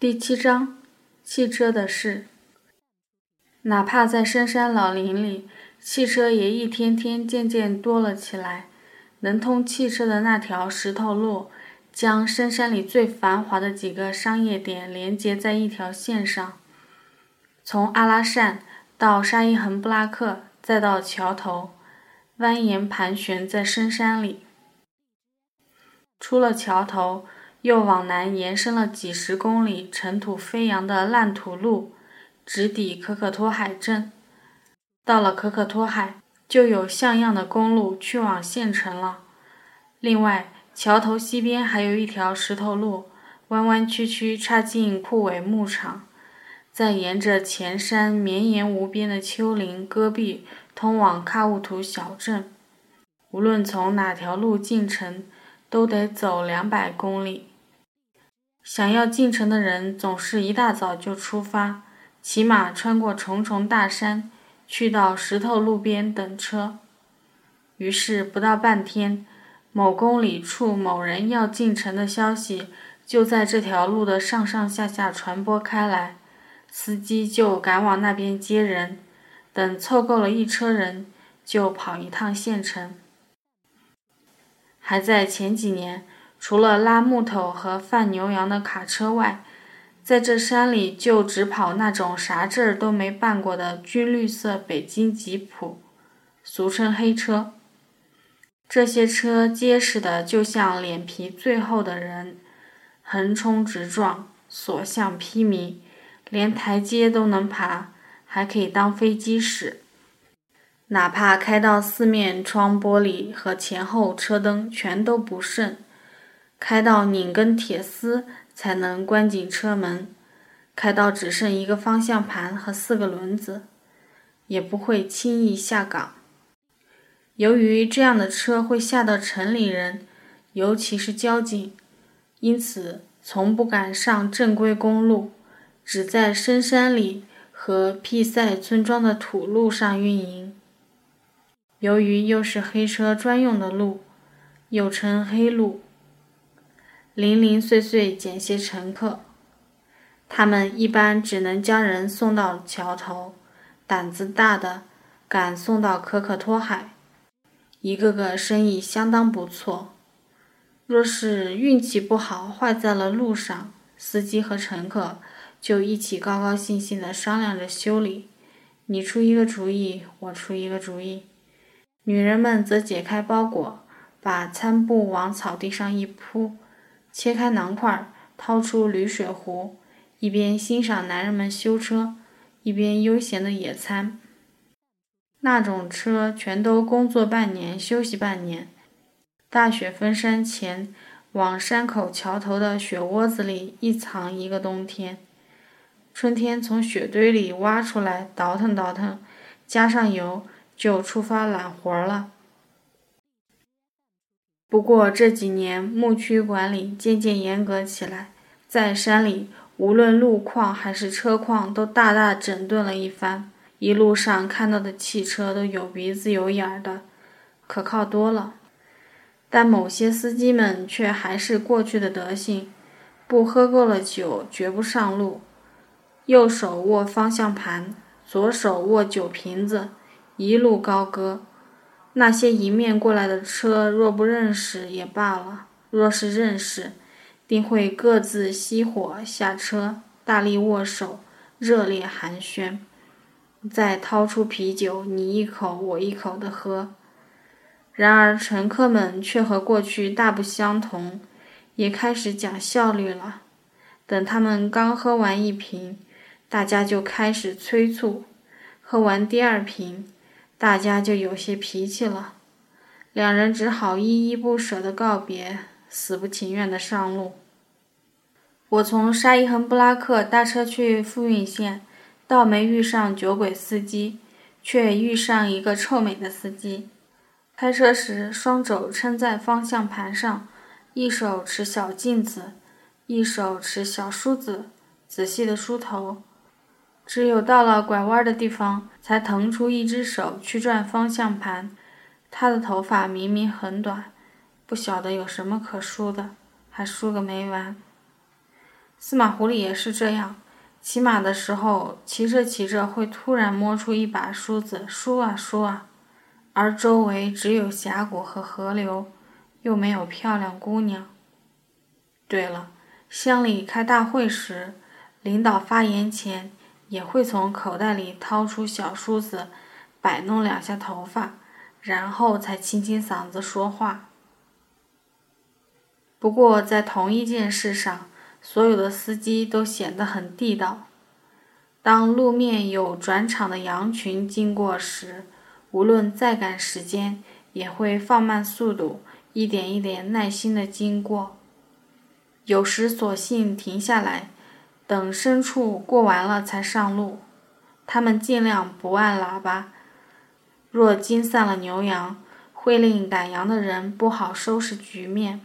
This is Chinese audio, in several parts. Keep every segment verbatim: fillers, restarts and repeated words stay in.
第七章，汽车的事。哪怕在深山老林里，汽车也一天天渐渐多了起来。能通汽车的那条石头路，将深山里最繁华的几个商业点连接在一条线上。从阿拉善到沙伊恒布拉克，再到桥头，蜿蜒盘旋在深山里。出了桥头，又往南延伸了几十公里尘土飞扬的烂土路，直抵可可托海镇。到了可可托海，就有像样的公路去往县城了。另外，桥头西边还有一条石头路，弯弯曲曲插进库尾牧场，再沿着前山绵延无边的丘陵戈壁通往喀乌图小镇。无论从哪条路进城，都得走两百公里。想要进城的人总是一大早就出发，骑马穿过重重大山，去到石头路边等车。于是不到半天，某公里处某人要进城的消息就在这条路的上上下下传播开来，司机就赶往那边接人，等凑够了一车人，就跑一趟县城。还在前几年，除了拉木头和贩牛羊的卡车外，在这山里就只跑那种啥事儿都没办过的军绿色北京吉普，俗称黑车。这些车结实的就像脸皮最厚的人，横冲直撞，所向披靡，连台阶都能爬，还可以当飞机使。哪怕开到四面窗玻璃和前后车灯全都不剩，开到拧根铁丝才能关紧车门，开到只剩一个方向盘和四个轮子，也不会轻易下岗。由于这样的车会吓到城里人，尤其是交警，因此从不敢上正规公路，只在深山里和僻塞村庄的土路上运营。由于又是黑车专用的路，又称黑路，零零碎碎捡些乘客，他们一般只能将人送到桥头，胆子大的敢送到可可托海，一个个生意相当不错。若是运气不好坏在了路上，司机和乘客就一起高高兴兴地商量着修理，你出一个主意，我出一个主意。女人们则解开包裹，把餐布往草地上一铺，切开囊块，掏出铝水壶，一边欣赏男人们修车，一边悠闲的野餐。那种车全都工作半年，休息半年。大雪封山前，往山口桥头的雪窝子里一藏一个冬天。春天从雪堆里挖出来，倒腾倒腾，加上油，就出发揽活了。不过这几年牧区管理渐渐严格起来，在山里无论路况还是车况都大大整顿了一番，一路上看到的汽车都有鼻子有眼的，可靠多了。但某些司机们却还是过去的德行，不喝够了酒绝不上路，右手握方向盘，左手握酒瓶子，一路高歌。那些迎面过来的车若不认识也罢了，若是认识，定会各自熄火下车，大力握手，热烈寒暄，再掏出啤酒你一口我一口地喝。然而乘客们却和过去大不相同，也开始讲效率了。等他们刚喝完一瓶，大家就开始催促，喝完第二瓶，大家就有些脾气了，两人只好依依不舍地告别，死不情愿地上路。我从沙伊恒布拉克搭车去富蕴县，倒没遇上酒鬼司机，却遇上一个臭美的司机。开车时双肘撑在方向盘上，一手持小镜子，一手持小梳子，仔细地梳头。只有到了拐弯的地方，才腾出一只手去转方向盘。他的头发明明很短，不晓得有什么可梳的，还梳个没完。 司马狐狸也是这样，骑马的时候，骑着骑着会突然摸出一把梳子，梳啊梳啊，而周围只有峡谷和河流，又没有漂亮姑娘。对了，乡里开大会时，领导发言前也会从口袋里掏出小梳子，摆弄两下头发，然后才清清嗓子说话。不过在同一件事上，所有的司机都显得很地道。当路面有转场的羊群经过时，无论再赶时间，也会放慢速度，一点一点耐心地经过。有时索性停下来，等牲畜过完了才上路。他们尽量不按喇叭，若惊散了牛羊，会令赶羊的人不好收拾局面。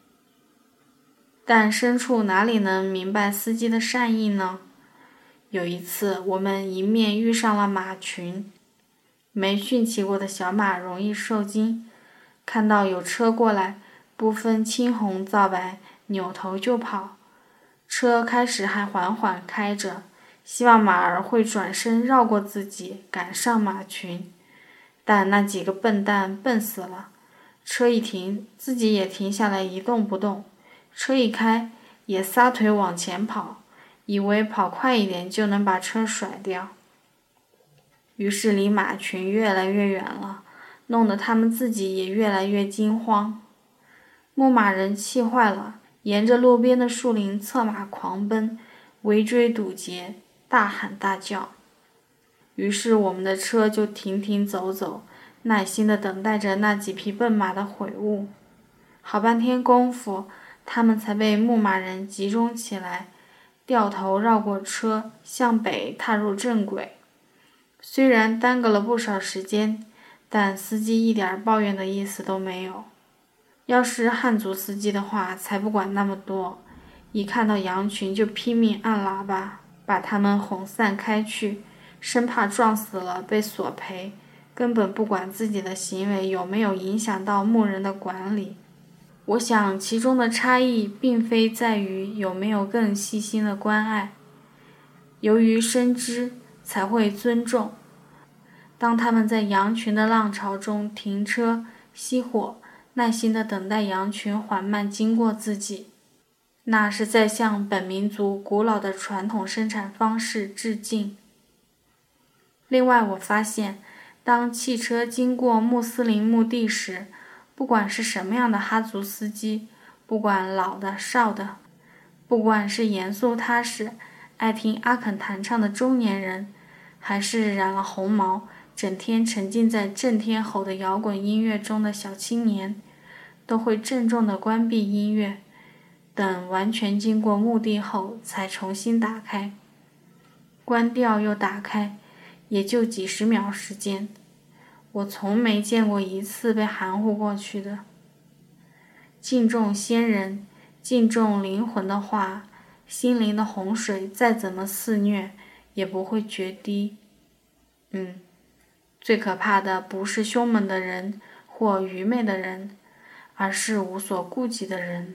但牲畜哪里能明白司机的善意呢？有一次，我们迎面遇上了马群，没驯骑过的小马容易受惊，看到有车过来，不分青红皂白，扭头就跑。车开始还缓缓开着，希望马儿会转身绕过自己，赶上马群。但那几个笨蛋笨死了，车一停，自己也停下来一动不动。车一开，也撒腿往前跑，以为跑快一点就能把车甩掉。于是离马群越来越远了，弄得他们自己也越来越惊慌。牧马人气坏了，沿着路边的树林策马狂奔，围追堵截，大喊大叫。于是我们的车就停停走走，耐心地等待着那几匹笨马的悔悟。好半天功夫，他们才被牧马人集中起来，掉头绕过车，向北踏入正轨。虽然耽搁了不少时间，但司机一点抱怨的意思都没有。要是汉族司机的话，才不管那么多，一看到羊群就拼命按喇叭，把他们哄散开去，生怕撞死了被索赔，根本不管自己的行为有没有影响到牧人的管理。我想其中的差异并非在于有没有更细心的关爱，由于深知才会尊重。当他们在羊群的浪潮中停车熄火，耐心地等待羊群缓慢经过自己，那是在向本民族古老的传统生产方式致敬。另外我发现，当汽车经过穆斯林墓地时，不管是什么样的哈族司机，不管老的少的，不管是严肃踏实爱听阿肯弹唱的中年人，还是染了红毛整天沉浸在震天吼的摇滚音乐中的小青年，都会郑重地关闭音乐，等完全经过墓地后才重新打开。关掉又打开，也就几十秒时间，我从没见过一次被含糊过去的。敬重先人，敬重灵魂的话，心灵的洪水再怎么肆虐，也不会决堤。嗯，最可怕的不是凶猛的人或愚昧的人，而是无所顾忌的人。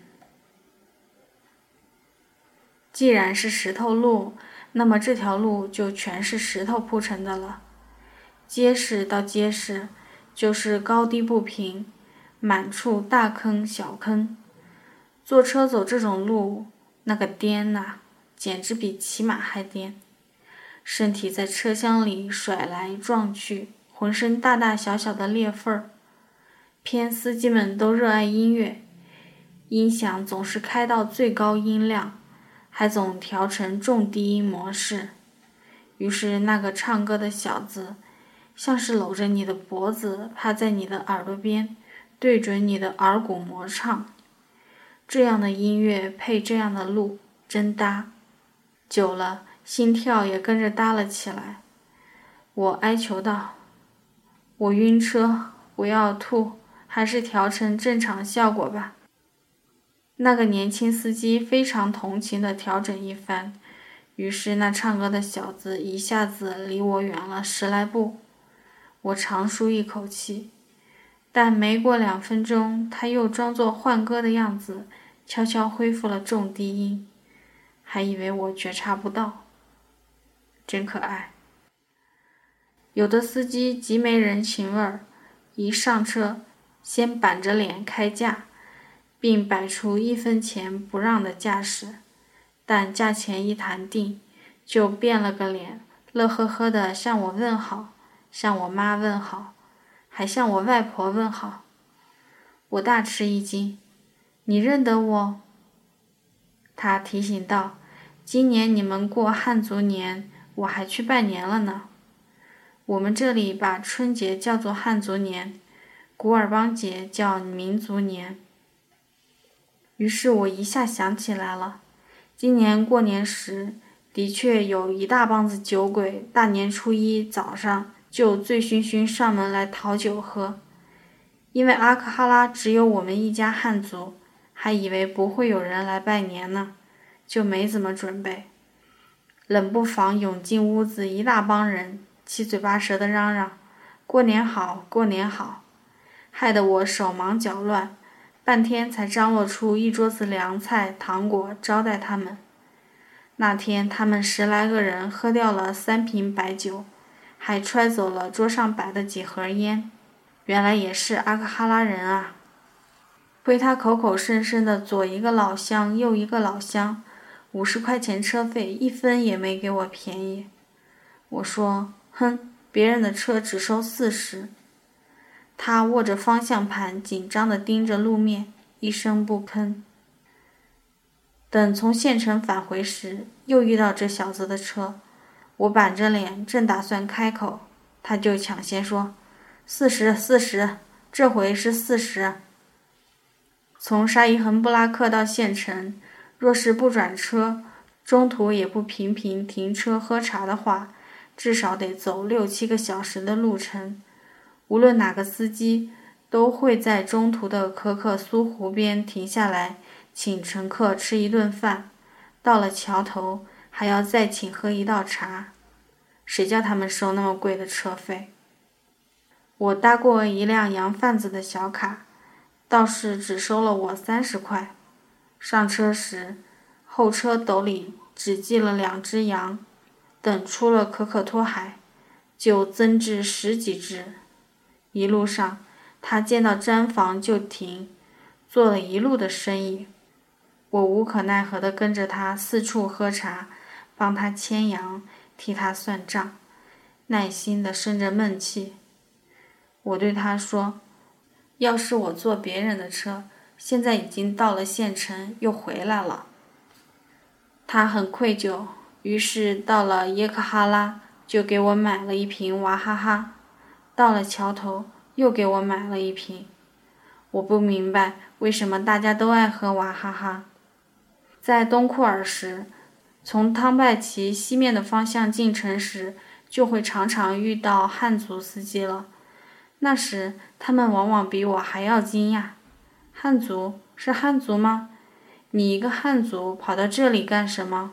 既然是石头路，那么这条路就全是石头铺成的了。结实到结实，就是高低不平，满处大坑小坑。坐车走这种路，那个颠呐，简直比骑马还颠。身体在车厢里甩来撞去，浑身大大小小的裂缝儿。偏司机们都热爱音乐，音响总是开到最高音量，还总调成重低音模式。于是那个唱歌的小子像是搂着你的脖子，趴在你的耳朵边，对准你的耳骨模唱。这样的音乐配这样的路，真搭。久了，心跳也跟着搭了起来。我哀求道：我晕车，我要吐，还是调成正常效果吧。那个年轻司机非常同情地调整一番，于是那唱歌的小子一下子离我远了十来步。我长舒一口气，但没过两分钟，他又装作换歌的样子，悄悄恢复了重低音。 还以为我觉察不到，真可爱。有的司机极没人情味儿，一上车先板着脸开价，并摆出一分钱不让的架势，但价钱一谈定，就变了个脸，乐呵呵地向我问好，向我妈问好，还向我外婆问好。我大吃一惊，你认得我？他提醒道，今年你们过汉族年，我还去拜年了呢。我们这里把春节叫做汉族年，古尔邦节叫民族年。于是我一下想起来了，今年过年时，的确有一大帮子酒鬼，大年初一早上就醉醺醺上门来讨酒喝。因为阿克哈拉只有我们一家汉族，还以为不会有人来拜年呢，就没怎么准备。冷不防涌进屋子一大帮人，七嘴八舌地嚷嚷，过年好，过年好，害得我手忙脚乱，半天才张罗出一桌子凉菜糖果招待他们。那天他们十来个人喝掉了三瓶白酒，还揣走了桌上摆的几盒烟。原来也是阿克哈拉人啊！亏他口口声声的左一个老乡右一个老乡，五十块钱车费一分也没给我便宜。我说，哼，别人的车只收四十。他握着方向盘，紧张地盯着路面，一声不吭。等从县城返回时，又遇到这小子的车，我板着脸正打算开口，他就抢先说，四十，四十，这回是四十。从沙伊恒布拉克到县城，若是不转车，中途也不频频停车喝茶的话，至少得走六七个小时的路程。无论哪个司机，都会在中途的可可苏湖边停下来，请乘客吃一顿饭，到了桥头还要再请喝一道茶。谁叫他们收那么贵的车费？我搭过一辆洋贩子的小卡，倒是只收了我三十块。上车时，后车斗里只系了两只羊，等出了可可托海，就增至十几只。一路上，他见到毡房就停，做了一路的生意。我无可奈何地跟着他四处喝茶，帮他牵羊，替他算账，耐心地生着闷气。我对他说，要是我坐别人的车，现在已经到了县城，又回来了。他很愧疚，于是到了耶克哈拉，就给我买了一瓶娃哈哈，到了桥头，又给我买了一瓶。我不明白为什么大家都爱喝娃哈哈。在东库尔时，从汤拜奇西面的方向进城时，就会常常遇到汉族司机了。那时他们往往比我还要惊讶，汉族？是汉族吗？你一个汉族跑到这里干什么？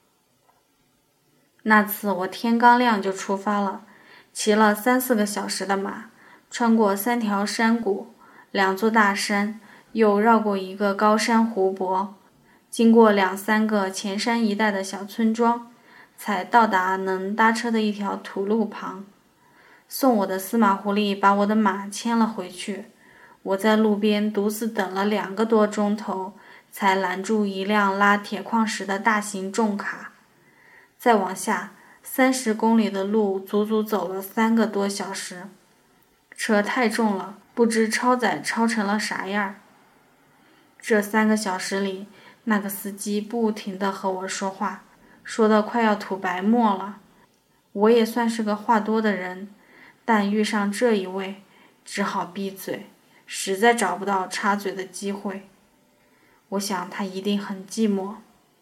那次我天刚亮就出发了，骑了三四个小时的马，穿过三条山谷，两座大山，又绕过一个高山湖泊，经过两三个前山一带的小村庄，才到达能搭车的一条土路旁。送我的司马狐狸把我的马牵了回去，我在路边独自等了两个多钟头，才拦住一辆拉铁矿石的大型重卡。再往下，三十公里的路足足走了三个多小时，车太重了，不知超载超成了啥样。这三个小时里，那个司机不停地和我说话，说得快要吐白沫了。我也算是个话多的人，但遇上这一位，只好闭嘴，实在找不到插嘴的机会。我想他一定很寂寞。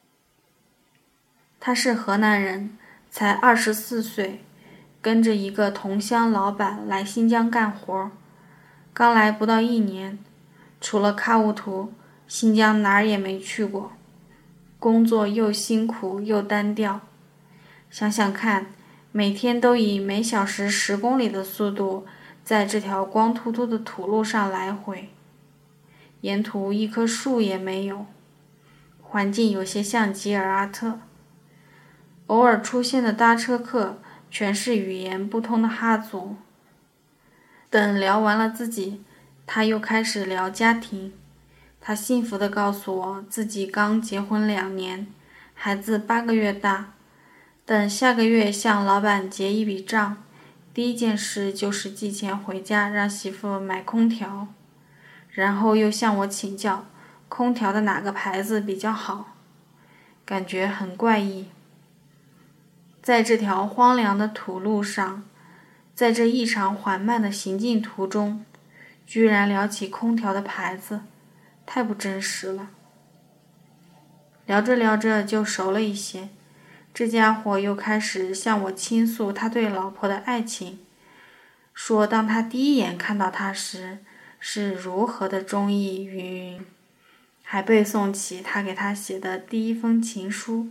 他是河南人，才二十四岁，跟着一个同乡老板来新疆干活，刚来不到一年，除了喀乌图，新疆哪儿也没去过，工作又辛苦又单调。想想看，每天都以每小时十公里的速度在这条光秃秃的土路上来回，沿途一棵树也没有， 环境有些像吉尔阿特。偶尔出现的搭车客全是语言不通的哈族。等聊完了自己，他又开始聊家庭。他幸福地告诉我自己刚结婚两年，孩子八个月大，等下个月向老板结一笔账，第一件事就是寄钱回家让媳妇买空调，然后又向我请教空调的哪个牌子比较好，感觉很怪异。在这条荒凉的土路上，在这异常缓慢的行进途中，居然聊起空调的牌子，太不真实了。聊着聊着就熟了一些，这家伙又开始向我倾诉他对老婆的爱情，说当他第一眼看到他时是如何的中意云云，还背诵起他给他写的第一封情书。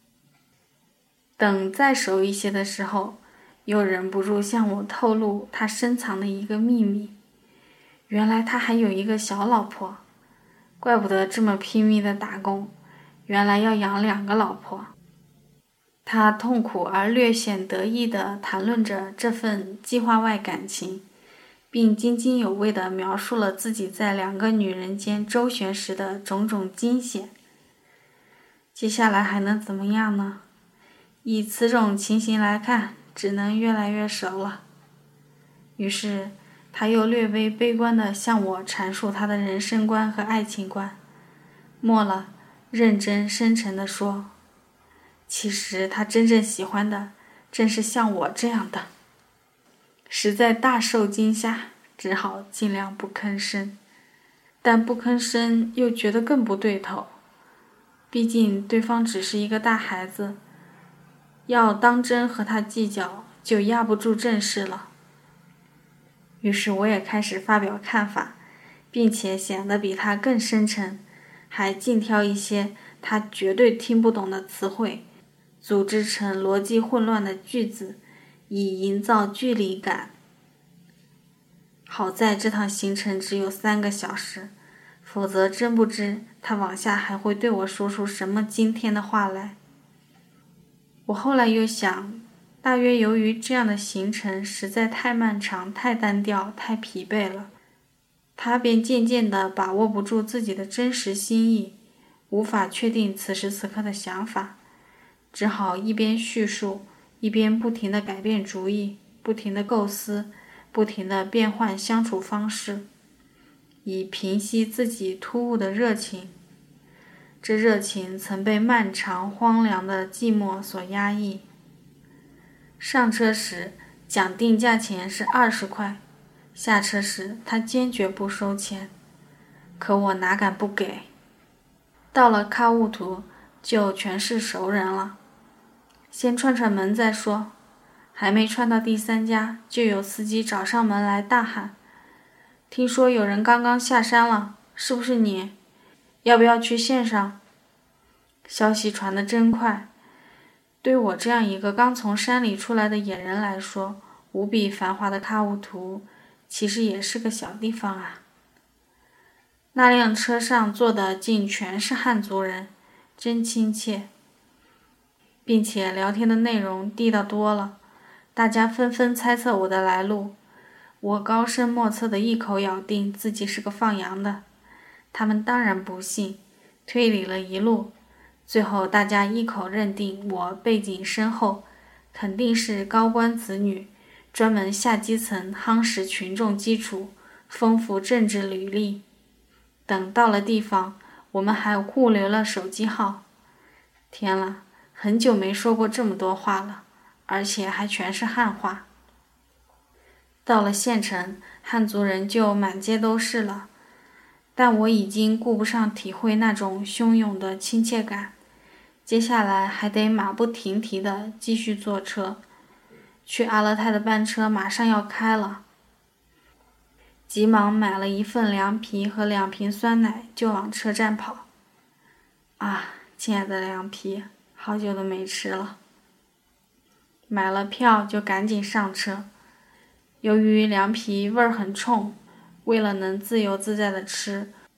等再熟一些的时候，又忍不住向我透露他深藏的一个秘密，原来他还有一个小老婆，怪不得这么拼命的打工，原来要养两个老婆。他痛苦而略显得意地谈论着这份计划外感情，并津津有味地描述了自己在两个女人间周旋时的种种惊险。接下来还能怎么样呢？以此种情形来看，只能越来越熟了。于是他又略微悲观地向我阐述他的人生观和爱情观，末了认真深沉地说，其实他真正喜欢的正是像我这样的。实在大受惊吓，只好尽量不吭声，但不吭声又觉得更不对头，毕竟对方只是一个大孩子，要当真和他计较就压不住阵势了。于是我也开始发表看法，并且显得比他更深沉，还尽挑一些他绝对听不懂的词汇，组织成逻辑混乱的句子，以营造距离感。好在这趟行程只有三个小时，否则真不知他往下还会对我说出什么惊天的话来。我后来又想，大约由于这样的行程实在太漫长、太单调、太疲惫了，他便渐渐地把握不住自己的真实心意，无法确定此时此刻的想法，只好一边叙述，一边不停地改变主意，不停地构思，不停地变换相处方式，以平息自己突兀的热情。这热情曾被漫长荒凉的寂寞所压抑。上车时讲定价钱是二十块，下车时他坚决不收钱，可我哪敢不给。到了喀乌图就全是熟人了，先串串门再说，还没串到第三家，就有司机找上门来大喊，听说有人刚刚下山了，是不是你？要不要去线上？消息传得真快，对我这样一个刚从山里出来的野人来说，无比繁华的喀乌图其实也是个小地方啊。那辆车上坐的竟全是汉族人，真亲切，并且聊天的内容地道多了，大家纷纷猜测我的来路。我高深莫测的一口咬定自己是个放羊的，他们当然不信，推理了一路，最后大家一口认定我背景深厚，肯定是高官子女，专门下基层夯实群众基础，丰富政治履历。等到了地方，我们还互留了手机号。天了，很久没说过这么多话了，而且还全是汉话。到了县城，汉族人就满街都是了，但我已经顾不上体会那种汹涌的亲切感，接下来还得马不停蹄地继续坐车，去阿勒泰的班车马上要开了。急忙买了一份凉皮和两瓶酸奶，就往车站跑。啊，亲爱的凉皮，好久都没吃了。买了票就赶紧上车。由于凉皮味儿很冲，为了能自由自在地吃，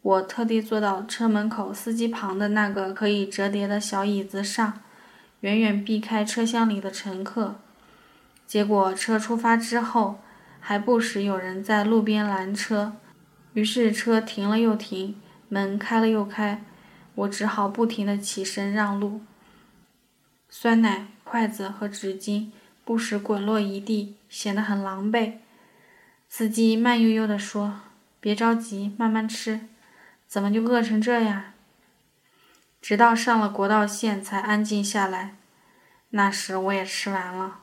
我特地坐到车门口司机旁的那个可以折叠的小椅子上，远远避开车厢里的乘客。结果车出发之后，还不时有人在路边拦车，于是车停了又停，门开了又开，我只好不停地起身让路。酸奶、筷子和纸巾不时滚落一地，显得很狼狈。司机慢悠悠地说：“别着急，慢慢吃。怎么就饿成这样？”直到上了国道线才安静下来。那时我也吃完了。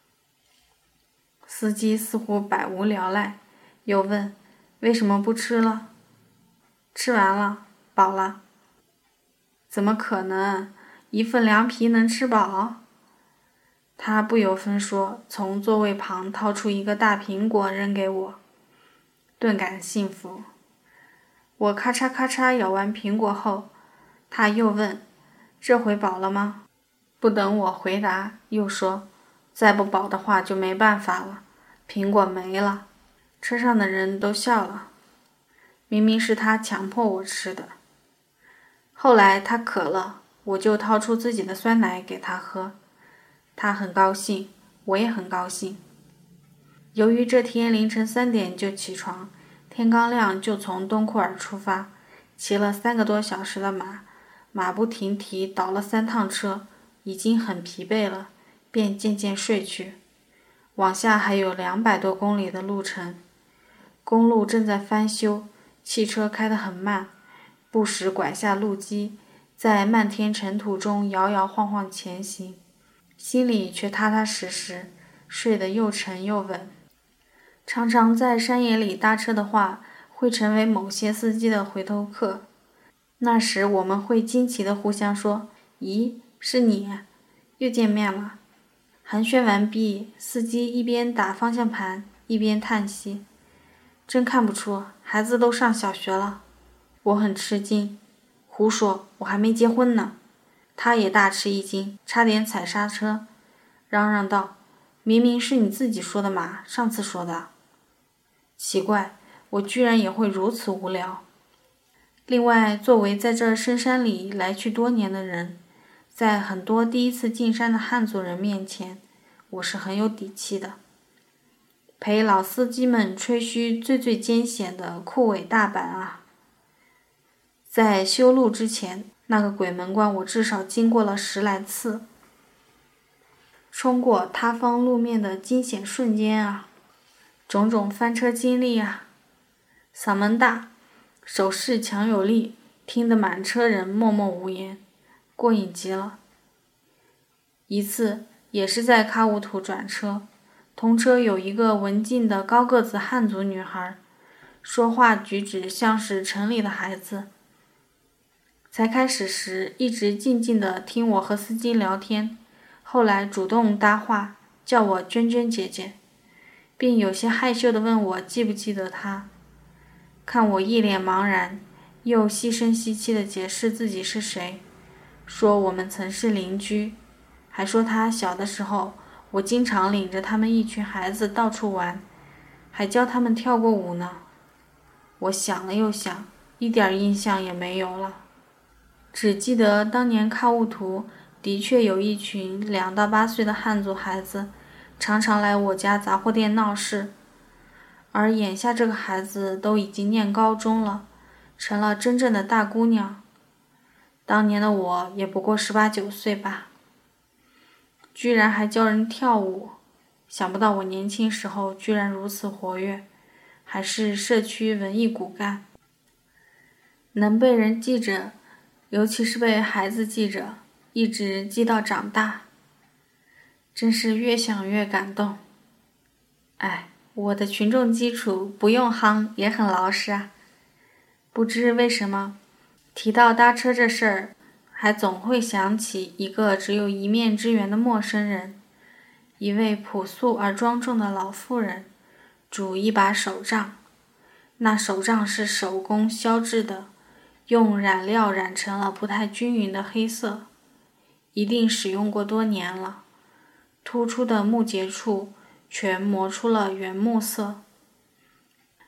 司机似乎百无聊赖，又问：“为什么不吃了？”“吃完了，饱了。”“怎么可能？一份凉皮能吃饱？”他不由分说，从座位旁掏出一个大苹果扔给我，顿感幸福。我咔嚓咔嚓咬完苹果后，他又问：“这回饱了吗？”不等我回答，又说：“再不饱的话就没办法了，苹果没了。”车上的人都笑了，明明是他强迫我吃的。后来他渴了，我就掏出自己的酸奶给他喝，他很高兴，我也很高兴。由于这天凌晨三点就起床，天刚亮就从东库尔出发，骑了三个多小时的马，马不停蹄倒了三趟车，已经很疲惫了，便渐渐睡去。往下还有两百多公里的路程，公路正在翻修，汽车开得很慢，不时拐下路基，在漫天尘土中摇摇晃晃前行，心里却踏踏实实，睡得又沉又稳。常常在山野里搭车的话，会成为某些司机的回头客。那时我们会惊奇地互相说：“咦，是你？又见面了。”寒暄完毕，司机一边打方向盘，一边叹息：“真看不出，孩子都上小学了。”我很吃惊：“胡说，我还没结婚呢。”他也大吃一惊，差点踩刹车，嚷嚷道：“明明是你自己说的嘛，上次说的。”奇怪，我居然也会如此无聊。另外，作为在这深山里来去多年的人，在很多第一次进山的汉族人面前，我是很有底气的。陪老司机们吹嘘最最艰险的库伟大坂啊！在修路之前，那个鬼门关我至少经过了十来次。冲过塌方路面的惊险瞬间啊，种种翻车经历啊，嗓门大，手势强有力，听得满车人默默无言，过瘾极了。一次也是在喀乌图转车，同车有一个文静的高个子汉族女孩，说话举止像是城里的孩子。才开始时一直静静地听我和司机聊天，后来主动搭话，叫我娟娟姐姐，并有些害羞地问我记不记得她。看我一脸茫然，又细声细气地解释自己是谁，说我们曾是邻居，还说他小的时候我经常领着他们一群孩子到处玩，还教他们跳过舞呢。我想了又想，一点印象也没有了，只记得当年喀乌图的确有一群两到八岁的汉族孩子，常常来我家杂货店闹事，而眼下这个孩子都已经念高中了，成了真正的大姑娘。当年的我也不过十八九岁吧，居然还教人跳舞，想不到我年轻时候居然如此活跃，还是社区文艺骨干。能被人记着，尤其是被孩子记着，一直记到长大，真是越想越感动。哎，我的群众基础不用夯也很牢实啊。不知为什么，提到搭车这事儿，还总会想起一个只有一面之缘的陌生人，一位朴素而庄重的老妇人，拄一把手杖。那手杖是手工削制的，用染料染成了不太均匀的黑色，一定使用过多年了。突出的木节处全磨出了原木色。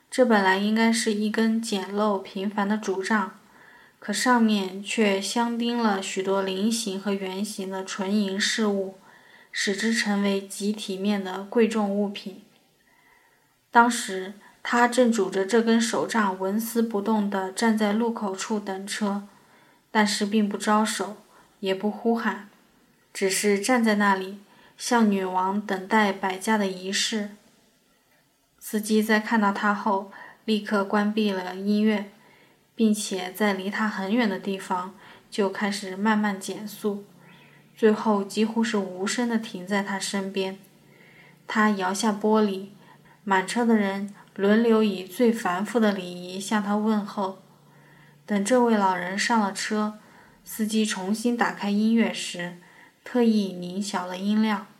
这本来应该是一根简陋平凡的竹杖，可上面却镶钉了许多菱形和圆形的纯银饰物，使之成为极体面的贵重物品。当时他正拄着这根手杖纹丝不动地站在路口处等车，但是并不招手，也不呼喊，只是站在那里，像女王等待摆驾的仪式。司机在看到他后，立刻关闭了音乐，并且在离他很远的地方就开始慢慢减速，最后几乎是无声地停在他身边。他摇下玻璃，满车的人轮流以最繁复的礼仪向他问候。等这位老人上了车，司机重新打开音乐时，特意拧小了音量。